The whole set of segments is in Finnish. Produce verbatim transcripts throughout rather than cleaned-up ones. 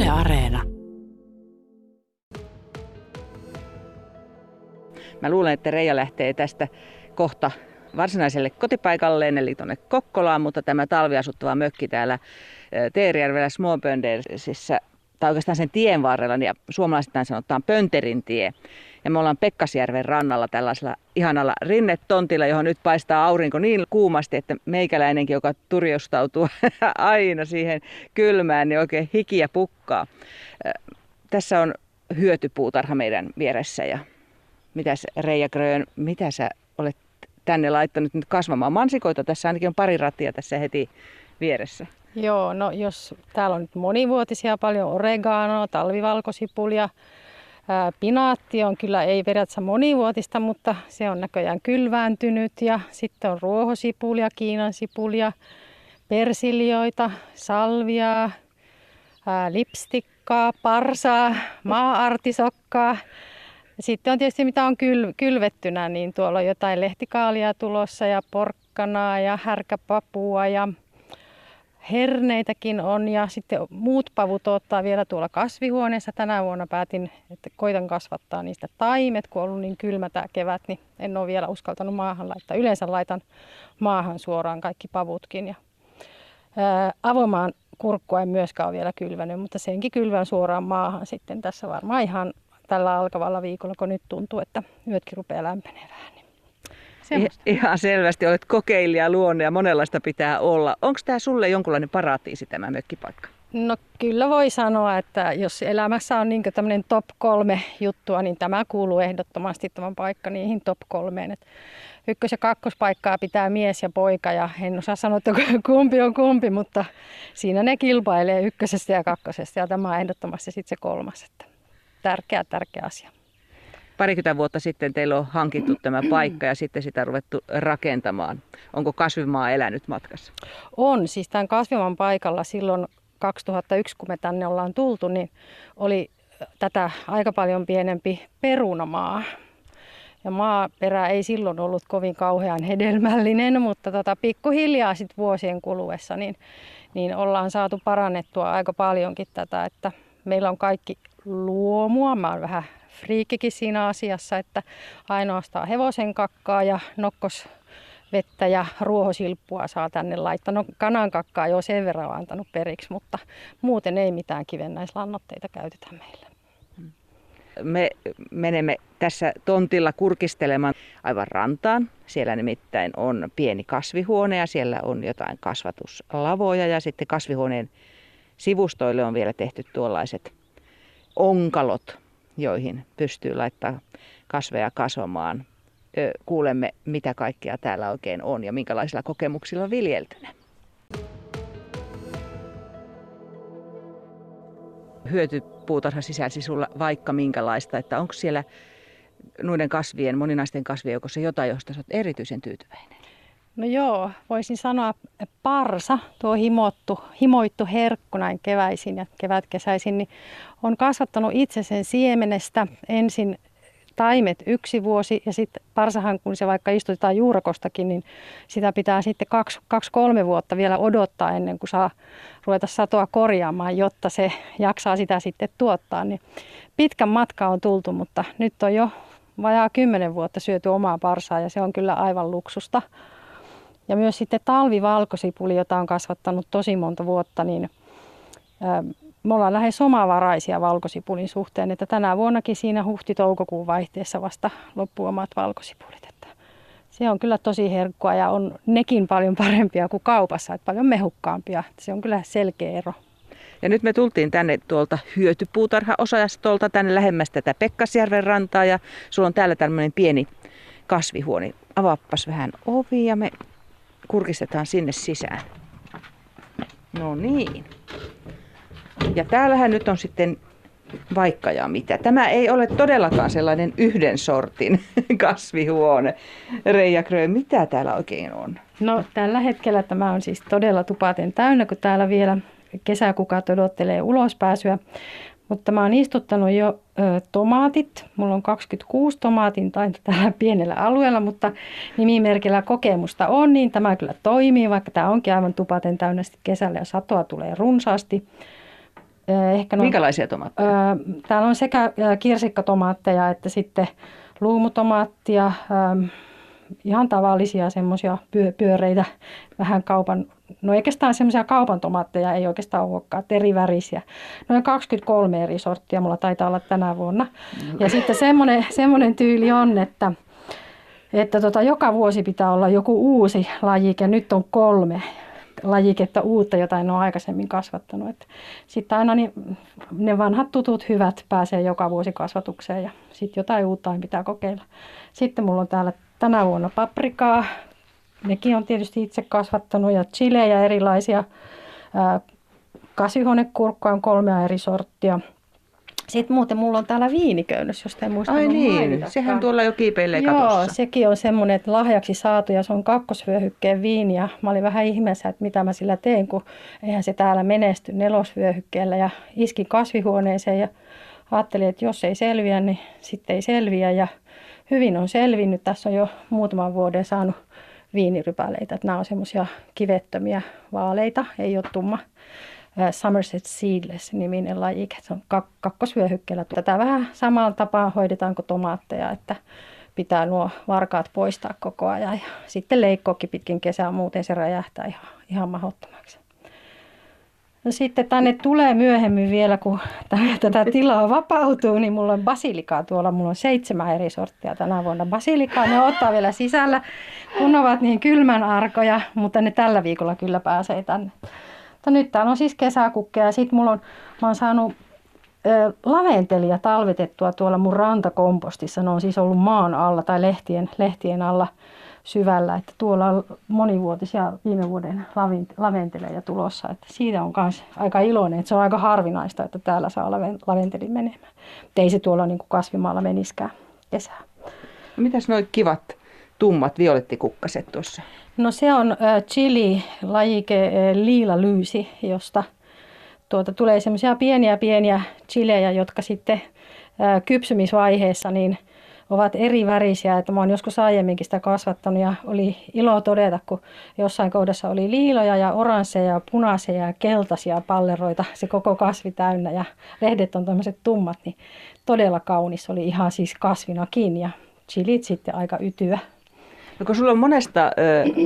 Yle Areena. Mä luulen, että Reija lähtee tästä kohta varsinaiselle kotipaikalleen, eli tuonne Kokkolaan, mutta tämä talviasuttava mökki täällä Teerijärvellä Småböndersissä, tai oikeastaan sen tien varrella, ja suomalaisittain sanotaan Pönterin tie. Ja me ollaan Pekkasjärven rannalla tällaisella ihanalla rinnetontilla, johon nyt paistaa aurinko niin kuumasti, että meikäläinenkin, joka turjostautuu aina siihen kylmään, niin oikein hikiä pukkaa. Tässä on hyötypuutarha meidän vieressä. Ja mitäs Reija Grön, mitä sä olet tänne laittanut nyt kasvamaan? Mansikoita tässä ainakin on pari rattia tässä heti vieressä. Joo, no jos täällä on nyt monivuotisia paljon oreganoa, talvivalkosipulia. Ää, pinaatti on kyllä ei periaatteessa monivuotista, mutta se on näköjään kylvääntynyt. Ja sitten on ruohosipulia, kiinansipulia, persiljoita, salviaa, ää, lipstikkaa, parsaa, maa-artisokkaa. Sitten on tietysti mitä on kyl, kylvettynä, niin tuolla on jotain lehtikaalia tulossa ja porkkanaa ja härkäpapua ja herneitäkin on. Ja sitten muut pavut ottaa vielä tuolla kasvihuoneessa. Tänä vuonna päätin, että koitan kasvattaa niistä taimet, kun on ollut niin kylmä tämä kevät, niin en ole vielä uskaltanut maahan laittaa. Yleensä laitan maahan suoraan kaikki pavutkin. Ja, ää, avomaan kurkkua en myöskään ole vielä kylvänyt, mutta senkin kylvän suoraan maahan sitten tässä varmaan ihan tällä alkavalla viikolla, kun nyt tuntuu, että yötkin rupeaa lämpenemään. Niin ihan selvästi olet kokeilija luonne ja monenlaista pitää olla. Onko tämä sulle jonkunlainen paratiisi tämä mökkipaikka? No kyllä voi sanoa, että jos elämässä on niin tämmöinen top kolme juttua, niin tämä kuuluu ehdottomasti tämän paikka niihin top kolmeen. Et ykkös- ja kakkospaikkaa pitää mies ja poika ja en osaa sanoa, että kumpi on kumpi, mutta siinä ne kilpailee ykkösestä ja kakkosesta ja tämä on ehdottomasti sitten se kolmas. Että tärkeä, tärkeä asia. Parikymmentä vuotta sitten teillä on hankittu tämä paikka ja sitten sitä ruvettu rakentamaan. Onko kasvimaa elänyt matkassa? On. Siis tämän kasvimaan paikalla silloin kaksituhattayksi, kun me tänne ollaan tultu, niin oli tätä aika paljon pienempi perunamaa. Ja maaperä ei silloin ollut kovin kauhean hedelmällinen, mutta tota, pikkuhiljaa sit vuosien kuluessa niin, niin ollaan saatu parannettua aika paljonkin tätä, että meillä on kaikki luomua. Mä oon vähän friikkikin siinä asiassa, että ainoastaan hevosen kakkaa ja nokkosvettä ja ruohosilppua saa tänne laittaa. No kanan kakkaa jo sen verran on antanut periksi, mutta muuten ei mitään kivennäislannoitteita käytetä meillä. Me menemme tässä tontilla kurkistelemaan aivan rantaan. Siellä nimittäin on pieni kasvihuone ja siellä on jotain kasvatuslavoja ja sitten kasvihuoneen sivustoille on vielä tehty tuollaiset onkalot, joihin pystyy laittaa kasveja kasvamaan. Kuulemme, mitä kaikkea täällä oikein on ja minkälaisilla kokemuksilla on viljeltynä. Hyötypuutarha sisälsi sulla vaikka minkälaista, että onko siellä noiden kasvien, moninaisten kasvien joukossa jotain, josta olet erityisen tyytyväinen? No joo, voisin sanoa parsa, tuo himottu, himoittu herkku näin keväisin ja kevätkesäisin, niin on kasvattanut itse sen siemenestä ensin taimet yksi vuosi ja sitten parsahan, kun se vaikka istutetaan juurakostakin, niin sitä pitää sitten kaksi, kaksi kolme vuotta vielä odottaa ennen kuin saa ruveta satoa korjaamaan, jotta se jaksaa sitä sitten tuottaa. Niin pitkän matka on tultu, mutta nyt on jo vajaa kymmenen vuotta syöty omaa parsaa ja se on kyllä aivan luksusta. Ja myös sitten talvivalkosipuli, jota on kasvattanut tosi monta vuotta, niin ää, me ollaan lähes omavaraisia valkosipulin suhteen, että tänä vuonnakin siinä huhti-toukokuun vaihteessa vasta loppuu omat valkosipulit. Että se on kyllä tosi herkkua ja on nekin paljon parempia kuin kaupassa, että paljon mehukkaampia. Se on kyllä selkeä ero. Ja nyt me tultiin tänne tuolta hyötypuutarha-osastolta tänne lähemmäs tätä Pekkasjärven rantaa ja sulla on täällä tämmöinen pieni kasvihuone. Avaappas vähän ovi ja me kurkistetaan sinne sisään. No niin. Ja täällähän nyt on sitten vaikka ja mitä. Tämä ei ole todellakaan sellainen yhden sortin kasvihuone. Reija Grön, mitä täällä oikein on? No tällä hetkellä tämä on siis todella tupaten täynnä, kun täällä vielä kesäkukat odottelee ulospääsyä. Mutta mä oon istuttanut jo ö, tomaatit. Mulla on kaksikymmentäkuusi tomaatin tainta tällä pienellä alueella, mutta nimimerkillä kokemusta on, niin tämä kyllä toimii, vaikka tämä onkin aivan tupaten täynnä kesällä ja satoa tulee runsaasti. Ehkä no, Minkälaisia tomaatteja? Täällä on sekä kirsikkatomaatteja että sitten luumutomaattia, ihan tavallisia semmoisia pyöreitä, vähän kaupan, no oikeastaan semmoisia kaupan tomaatteja ei oikeastaan olekaan, eri värisiä. Noin kaksikymmentäkolme eri sorttia mulla taitaa olla tänä vuonna. Ja sitten semmoinen, semmoinen tyyli on, että, että tota, joka vuosi pitää olla joku uusi lajike. Nyt on kolme lajiketta uutta, jota en ole aikaisemmin kasvattanut. Sitten aina ne, ne vanhat tutut hyvät pääsee joka vuosi kasvatukseen ja sitten jotain uutta pitää kokeilla. Sitten mulla on täällä tänä vuonna paprikaa. Nekin on tietysti itse kasvattanut ja chilejä erilaisia. Kasvihuonekurkkoa on kolmea eri sorttia. Sitten muuten mulla on täällä viiniköynnös, jos en muista. Ai niin, sehän tuolla jo kiipeilee katossa. Joo, sekin on semmoinen, että lahjaksi saatu ja se on kakkosvyöhykkeen viiniä. Mä olin vähän ihmeessä, että mitä mä sillä teen, kun eihän se täällä menesty nelosvyöhykkeellä. Ja iskin kasvihuoneeseen ja ajattelin, että jos ei selviä, niin sitten ei selviä. Ja hyvin on selvinnyt. Tässä on jo muutaman vuoden saanut viinirypäleitä. Että nämä on semmoisia kivettömiä vaaleita, ei ole tumma. Somerset Seedless-niminen lajike. Se on kak- kakkosvyöhykkeellä. Tätä vähän samalla tapaa hoidetaan kuin tomaatteja, että pitää nuo varkaat poistaa koko ajan. Ja sitten leikkoakin pitkin kesää, muuten se räjähtää ihan, ihan mahdottomaksi. No sitten tänne tulee myöhemmin vielä, kun tätä tilaa vapautuu, niin mulla on basilikaa tuolla. Mulla on seitsemän eri sorttia tänä vuonna basilikaa. Ne ottaa vielä sisällä, kun ovat niin kylmän arkoja, mutta ne tällä viikolla kyllä pääsee tänne. Nyt täällä on siis kesäkukkeja ja sitten mulla on, mä oon saanut ö, laventelia talvetettua tuolla mun rantakompostissa. Ne on siis ollut maan alla tai lehtien, lehtien alla syvällä. Että tuolla on monivuotisia viime vuoden laventeleja tulossa. Että siitä on myös aika iloinen, että se on aika harvinaista, että täällä saa laventelin menemään. Mutta ei se tuolla niin kuin kasvimaalla meniskään kesää. No mitäs noi kivat tummat violettikukkaset tuossa? No se on äh, chili-lajike äh, liilalyysi, josta tuota, tulee semmoisia pieniä pieniä chilejä, jotka sitten äh, kypsymisvaiheessa niin ovat eri värisiä. Että mä oon joskus aiemminkin sitä kasvattanut ja oli ilo todeta, kun jossain kohdassa oli liiloja ja oransseja ja punaisia ja keltaisia palleroita, se koko kasvi täynnä ja lehdet on tämmöiset tummat, niin todella kaunis oli ihan siis kasvinakin ja chilit sitten aika ytyä. No kun sulla on monesta ö,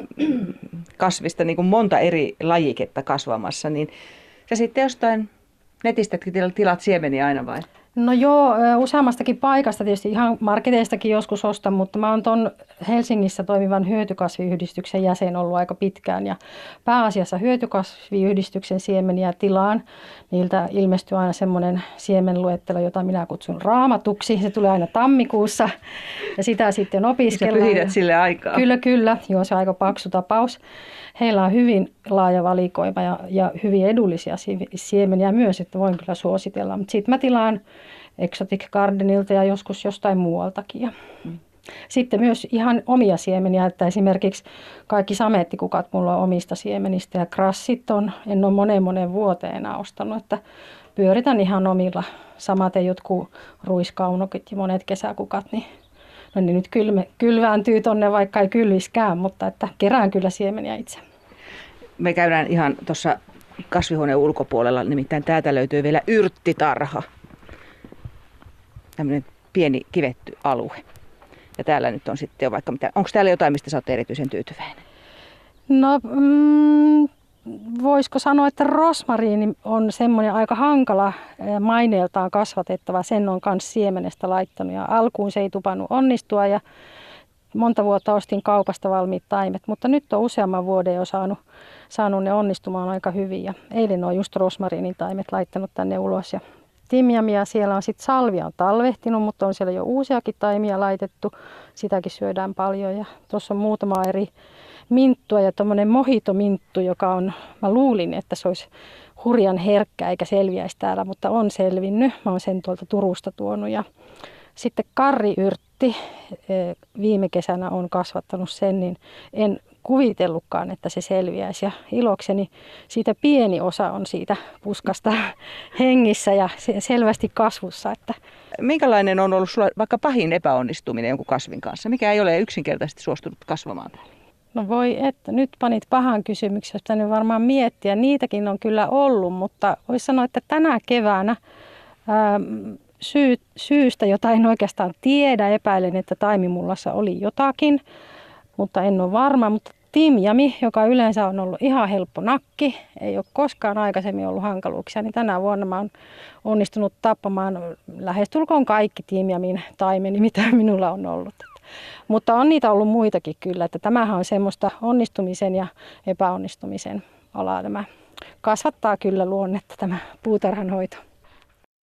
kasvista niin kuin monta eri lajiketta kasvamassa, niin sä sitten jostain netistäkin tilat siemeniä aina vai? No joo, useammastakin paikasta, tietysti ihan marketeistakin joskus ostan, mutta mä oon ton Helsingissä toimivan hyötykasviyhdistyksen jäsen ollut aika pitkään ja pääasiassa hyötykasviyhdistyksen siemeniä tilaan. Niiltä ilmestyy aina semmoinen siemenluettelo, jota minä kutsun raamatuksi. Se tulee aina tammikuussa ja sitä sitten opiskellaan. Sä pyhität sille aikaa. Kyllä, kyllä. Joo, se on aika paksu tapaus. Heillä on hyvin laaja valikoima ja, ja hyvin edullisia siemeniä myös, että voin kyllä suositella. Mutta sitten mä tilaan Exotic Gardenilta ja joskus jostain muualtakin. Ja mm. Sitten myös ihan omia siemeniä, että esimerkiksi kaikki sameettikukat mulla on omista siemenistä ja krassit on, en ole moneen moneen vuoteen enää ostanut, että pyöritän ihan omilla. Samaten jotkut ruiskaunokit ja monet kesäkukat, niin no niin nyt kylme, kylvääntyy tonne, vaikka ei kylviskään, mutta että kerään kyllä siemeniä itse. Me käydään ihan tuossa kasvihuoneen ulkopuolella, nimittäin täältä löytyy vielä yrttitarha. Tämmöinen pieni kivetty alue. Ja täällä nyt on sitten jo vaikka mitä. Onko täällä jotain, mistä sä oot erityisen tyytyväinen? No mm, voisiko sanoa, että rosmariini on semmoinen aika hankala maineeltaan kasvatettava. Sen on myös siemenestä laittanut ja alkuun se ei tupannut onnistua ja monta vuotta ostin kaupasta valmiit taimet, mutta nyt on useamman vuoden jo saanut, saanut ne onnistumaan aika hyvin. Ja eilen on just rosmariinin taimet laittanut tänne ulos ja timjamia. Siellä on sitten salvia on talvehtinut, mutta on siellä jo uusiakin taimia laitettu. Sitäkin syödään paljon ja tuossa on muutama eri minttua ja tuommoinen mohitominttu, joka on, mä luulin, että se olisi hurjan herkkä eikä selviäisi täällä, mutta on selvinnyt. Mä oon sen tuolta Turusta tuonut ja sitten karriyrtti, viime kesänä on kasvattanut sen, niin en kuvitellutkaan, että se selviäisi. Ja ilokseni siitä pieni osa on siitä puskasta hengissä ja selvästi kasvussa. Että minkälainen on ollut sulla vaikka pahin epäonnistuminen jonkun kasvin kanssa? Mikä ei ole yksinkertaisesti suostunut kasvamaan täällä? No voi että, nyt panit pahan kysymyksen, jos pitänyt varmaan miettiä. Niitäkin on kyllä ollut, mutta voisi sanoa, että tänä keväänä ää, syy, syystä, jota en oikeastaan tiedä, epäilen, että taimimullassa oli jotakin, mutta en ole varma. Mutta timjami, joka yleensä on ollut ihan helppo nakki, ei ole koskaan aikaisemmin ollut hankaluuksia, niin tänä vuonna mä oon onnistunut tappamaan lähestulkoon kaikki timjamin taimeni, mitä minulla on ollut. Mutta on niitä ollut muitakin kyllä, että tämähän on semmoista onnistumisen ja epäonnistumisen alaa. Tämä kasvattaa kyllä luonnetta tämä puutarhanhoito.